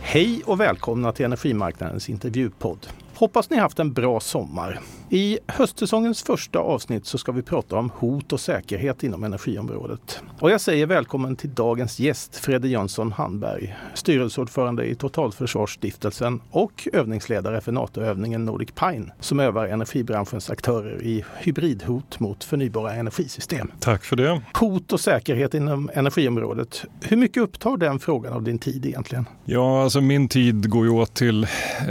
Hej och välkomna till Energimarknadens intervjupodd. Hoppas ni haft en bra sommar. I höstsäsongens första avsnitt så ska vi prata om hot och säkerhet inom energiområdet. Och jag säger välkommen till dagens gäst Fredde Jönsson Handberg, styrelseordförande i Totalförsvarsstiftelsen och övningsledare för NATO-övningen Nordic Pine som övar energibranschens aktörer i hybridhot mot förnybara energisystem. Tack för det. Hot och säkerhet inom energiområdet. Hur mycket upptar den frågan av din tid egentligen? Ja, alltså min tid går ju åt till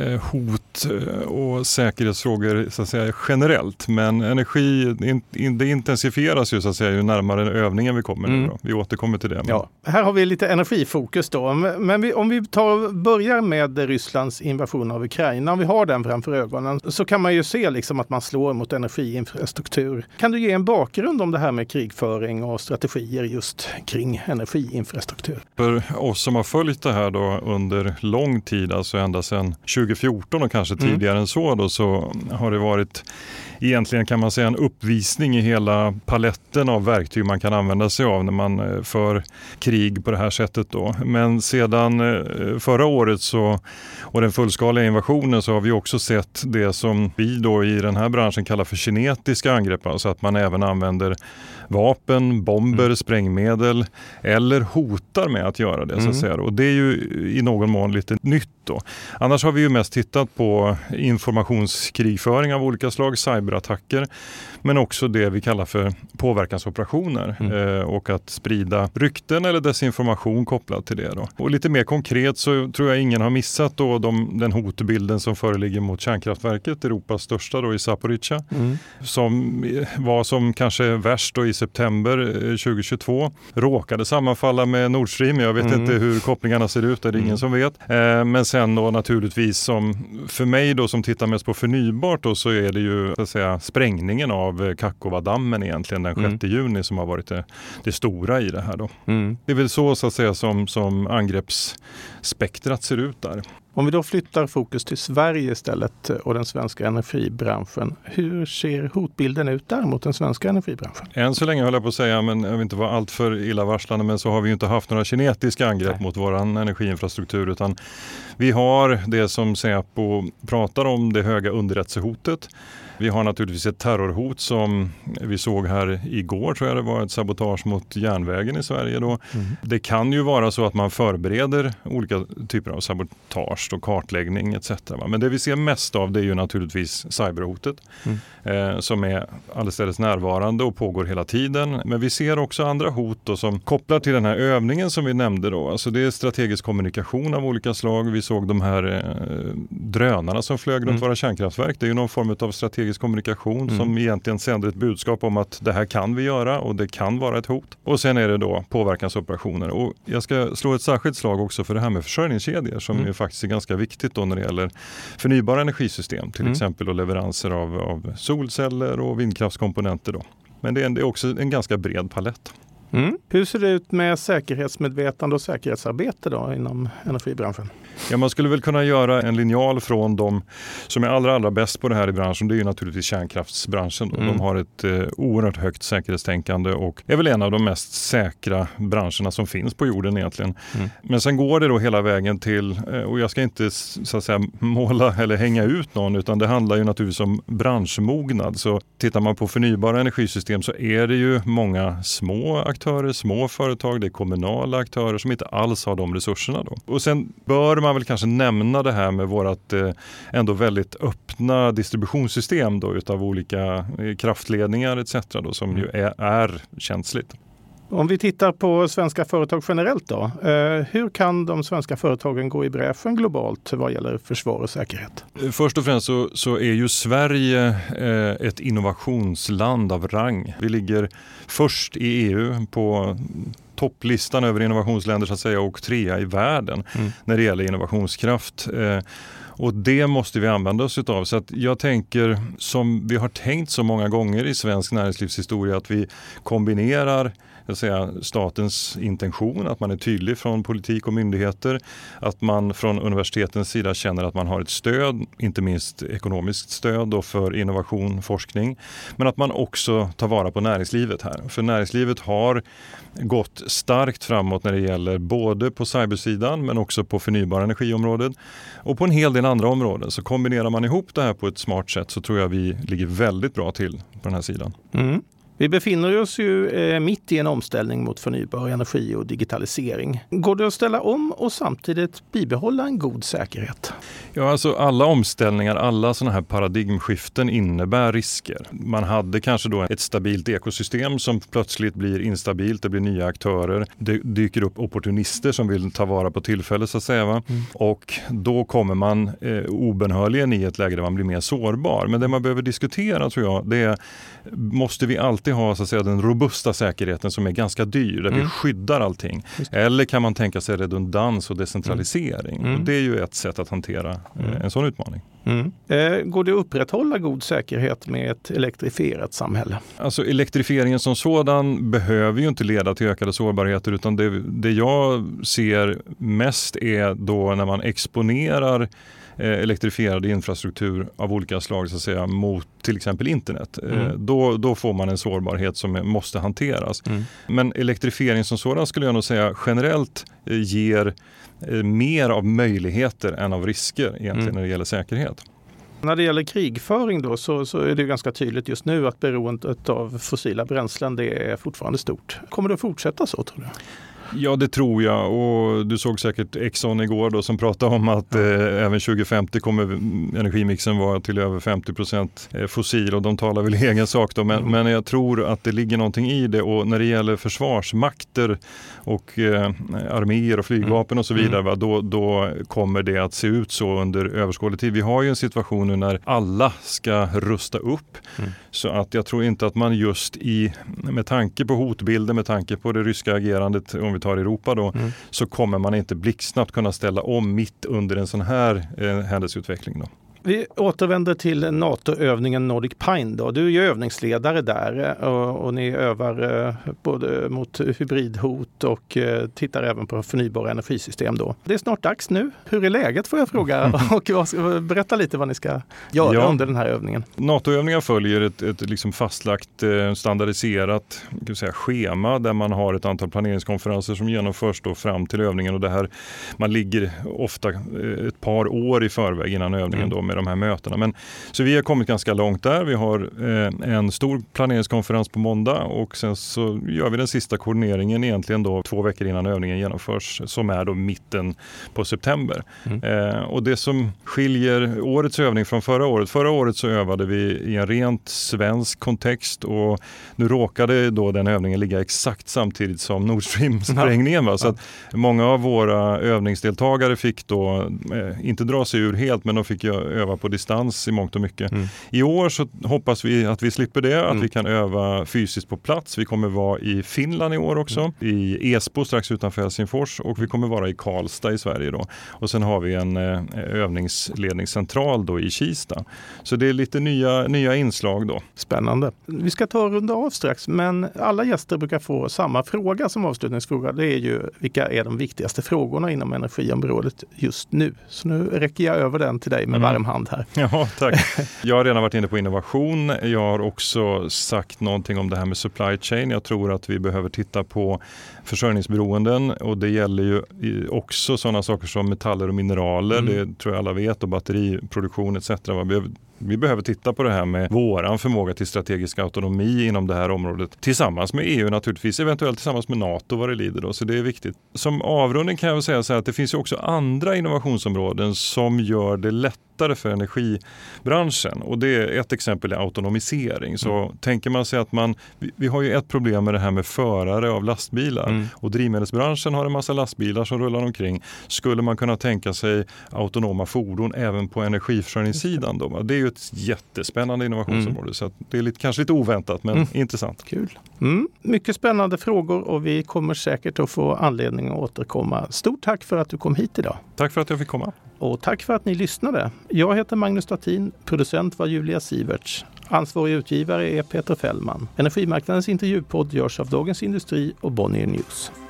hot och säkerhetsfrågor så att säga generellt, men energi det intensifieras ju så att säga ju närmare övningen vi kommer nu då. Vi återkommer till det. Ja, här har vi lite energifokus då, men om vi börjar med Rysslands invasion av Ukraina, om vi har den framför ögonen så kan man ju se liksom att man slår mot energiinfrastruktur. Kan du ge en bakgrund om det här med krigföring och strategier just kring energiinfrastruktur? För oss som har följt det här då under lång tid, alltså ända sedan 2014 och kanske tidigare än så har det varit egentligen kan man säga en uppvisning i hela paletten av verktyg man kan använda sig av när man för krig på det här sättet då. Men sedan förra året och den fullskaliga invasionen så har vi också sett det som vi då i den här branschen kallar för kinetiska angrepp, alltså att man även använder vapen, bomber, sprängmedel eller hotar med att göra det så att säga. Och det är ju i någon mån lite nytt då. Annars har vi ju mest tittat på informationskrigföring av olika slag, cyberattacker, men också det vi kallar för påverkansoperationer och att sprida rykten eller desinformation kopplat till det då. Och lite mer konkret så tror jag ingen har missat då den hotbilden som föreligger mot kärnkraftverket, Europas största då i Zaporizjzja, som var som kanske värst då i september 2022. Råkade sammanfalla med Nord Stream. Jag vet inte hur kopplingarna ser ut, det är det ingen som vet. Men sen då naturligtvis som för mig då som tittar mest på förnybart då, så är det ju så att säga sprängningen av Kakhovadammen egentligen den 6 juni som har varit det stora i det här då. Det är väl så att säga som angreppsspektrat ser ut där. Om vi då flyttar fokus till Sverige istället och den svenska energibranschen. Hur ser hotbilden ut där mot den svenska energibranschen? Än så länge höll jag på att säga, men jag vill inte vara allt för illavarslande, men så har vi ju inte haft några kinetiska angrepp mot vår energiinfrastruktur, utan vi har det som Säpo pratar om, det höga underrättelsehotet. Vi har naturligtvis ett terrorhot som vi såg här igår, tror jag det var ett sabotage mot järnvägen i Sverige då. Det kan ju vara så att man förbereder olika typer av sabotage och kartläggning etc. Men det vi ser mest av det är ju naturligtvis cyberhotet som är alldeles närvarande och pågår hela tiden. Men vi ser också andra hot då, som kopplar till den här övningen som vi nämnde då. Alltså det är strategisk kommunikation av olika slag. Vi såg de här drönarna som flög runt våra kärnkraftverk. Det är ju någon form av strategisk kommunikation som egentligen sänder ett budskap om att det här kan vi göra och det kan vara ett hot. Och sen är det då påverkansoperationer. Och jag ska slå ett särskilt slag också för det här med försörjningskedjor som ju faktiskt är ganska viktigt då när det gäller förnybara energisystem. Till exempel och leveranser av solceller och vindkraftskomponenter då. Men det är också en ganska bred palett. Hur ser det ut med säkerhetsmedvetande och säkerhetsarbete då inom energibranschen? Ja, man skulle väl kunna göra en linjal från de som är allra bäst på det här i branschen. Det är ju naturligtvis kärnkraftsbranschen. De har ett oerhört högt säkerhetstänkande och är väl en av de mest säkra branscherna som finns på jorden egentligen. Men sen går det då hela vägen till, och jag ska inte så att säga måla eller hänga ut någon, utan det handlar ju naturligtvis om branschmognad. Så tittar man på förnybara energisystem så är det ju många små aktörer, små företag, det är kommunala aktörer som inte alls har de resurserna då. Och sen bör man väl kanske nämna det här med vårat ändå väldigt öppna distributionssystem då utav olika kraftledningar etc. då, som ju är känsligt. Om vi tittar på svenska företag generellt då, hur kan de svenska företagen gå i bräschen globalt vad gäller försvar och säkerhet? Först och främst så är ju Sverige ett innovationsland av rang. Vi ligger först i EU på topplistan över innovationsländer så att säga och 3 i världen när det gäller innovationskraft. Och det måste vi använda oss utav. Så att jag tänker, som vi har tänkt så många gånger i svensk näringslivshistoria, att vi kombinerar statens intention, att man är tydlig från politik och myndigheter, att man från universitetens sida känner att man har ett stöd, inte minst ekonomiskt stöd då för innovation, forskning, men att man också tar vara på näringslivet här. För näringslivet har gått starkt framåt när det gäller både på cybersidan men också på förnybara energiområdet och på en hel del andra områden. Så kombinerar man ihop det här på ett smart sätt så tror jag vi ligger väldigt bra till på den här sidan. Mm. Vi befinner oss ju mitt i en omställning mot förnybar energi och digitalisering. Går det att ställa om och samtidigt bibehålla en god säkerhet? Ja, alltså alla omställningar, alla sådana här paradigmskiften innebär risker. Man hade kanske då ett stabilt ekosystem som plötsligt blir instabilt, det blir nya aktörer, det dyker upp opportunister som vill ta vara på tillfället så att säga. Va? Och då kommer man obönhörligen i ett läge där man blir mer sårbar. Men det man behöver diskutera tror jag, det är, måste vi alltid ha så att säga, den robusta säkerheten som är ganska dyr, där vi skyddar allting. Eller kan man tänka sig redundans och decentralisering? Och det är ju ett sätt att hantera en sån utmaning. Går det att upprätthålla god säkerhet med ett elektrifierat samhälle? Alltså elektrifieringen som sådan behöver ju inte leda till ökade sårbarheter, utan det jag ser mest är då när man exponerar elektrifierad infrastruktur av olika slag så att säga, mot till exempel internet. Då får man en sårbarhet som måste hanteras. Men elektrifiering som sådan skulle jag nog säga generellt ger mer av möjligheter än av risker egentligen när det gäller säkerhet. När det gäller krigföring då så är det ganska tydligt just nu att beroendet av fossila bränslen det är fortfarande stort. Kommer det att fortsätta så tror du? Ja, det tror jag, och du såg säkert Exxon igår då som pratade om att även 2050 kommer energimixen vara till över 50% fossil, och de talar väl egen sak då, men jag tror att det ligger någonting i det, och när det gäller försvarsmakter och arméer och flygvapen och så vidare, då kommer det att se ut så under överskådlig tid. Vi har ju en situation nu när alla ska rusta upp, så att jag tror inte att man just med tanke på hotbilden, med tanke på det ryska agerandet, om vi tar Europa då, så kommer man inte blixtsnabbt kunna ställa om mitt under en sån här händelseutveckling då. Vi återvänder till NATO-övningen Nordic Pine då. Du är ju övningsledare där och ni övar både mot hybridhot och tittar även på förnybara energisystem då. Det är snart dags nu. Hur är läget får jag fråga och berätta lite vad ni ska göra under den här övningen. NATO-övningar följer ett liksom fastlagt standardiserat schema där man har ett antal planeringskonferenser som genomförs då fram till övningen, och det här, man ligger ofta ett par år i förväg innan övningen då med de här mötena. Så vi har kommit ganska långt där. Vi har en stor planeringskonferens på måndag och sen så gör vi den sista koordineringen egentligen då 2 veckor innan övningen genomförs, som är då mitten på september. Och det som skiljer årets övning från förra året så övade vi i en rent svensk kontext, och nu råkade då den övningen ligga exakt samtidigt som Nord Stream-sprängningen. Så att många av våra övningsdeltagare fick då inte dra sig ur helt, men de fick öva på distans i mångt och mycket. I år så hoppas vi att vi slipper det, att vi kan öva fysiskt på plats. Vi kommer vara i Finland i år också, i Esbo strax utanför Helsingfors, och vi kommer vara i Karlstad i Sverige då. Och sen har vi en övningsledningscentral då i Kista. Så det är lite nya inslag då. Spännande. Vi ska ta och runda av strax, men alla gäster brukar få samma fråga som avslutningsfråga. Det är ju, vilka är de viktigaste frågorna inom energiområdet just nu? Så nu räcker jag över den till dig med varm hand här. Ja, tack. Jag har redan varit inne på innovation. Jag har också sagt någonting om det här med supply chain. Jag tror att vi behöver titta på försörjningsberoenden, och det gäller ju också sådana saker som metaller och mineraler. Det tror jag alla vet, och batteriproduktion etc. Vi behöver titta på det här med våran förmåga till strategisk autonomi inom det här området. Tillsammans med EU naturligtvis, eventuellt tillsammans med NATO vad det lider då. Så det är viktigt. Som avrundning kan jag väl säga så här att det finns ju också andra innovationsområden som gör det lättare för energibranschen. Och det är ett exempel i autonomisering. Så tänker man sig att vi har ju ett problem med det här med förare av lastbilar. Och drivmedelsbranschen har en massa lastbilar som rullar omkring. Skulle man kunna tänka sig autonoma fordon även på energiförsörjningssidan då? Det är ju ett jättespännande innovationsområde, så att det är kanske lite oväntat, men intressant. Kul. Mycket spännande frågor, och vi kommer säkert att få anledning att återkomma. Stort tack för att du kom hit idag. Tack för att jag fick komma. Och tack för att ni lyssnade. Jag heter Magnus Stattin, producent var Julia Siverts. Ansvarig utgivare är Peter Fällman. Energimarknadens intervjupodd görs av Dagens Industri och Bonnier News.